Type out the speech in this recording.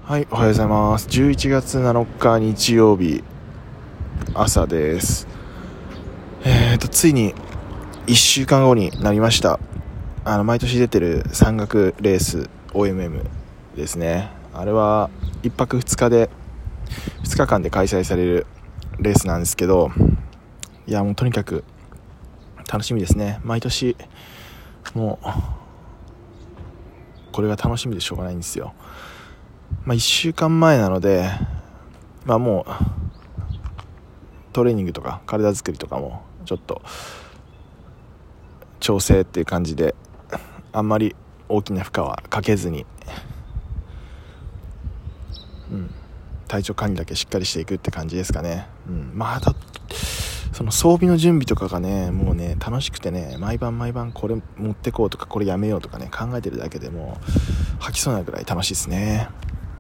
はい、おはようございます。11月7日日曜日朝です。ついに1週間後になりました。毎年出てる山岳レース OMM ですね。あれは1泊2日で2日間で開催されるレースなんですけど、いやもうとにかく楽しみですね。毎年もうこれが楽しみでしょうがないんですよ。1週間前なので、もうトレーニングとか体作りとかもちょっと調整っていう感じで、あんまり大きな負荷はかけずに、体調管理だけしっかりしていくって感じですかね。あとその装備の準備とかがね、もうね楽しくてね、毎晩これ持ってこうとかこれやめようとかね考えてるだけでもう吐きそうなぐらい楽しいですね。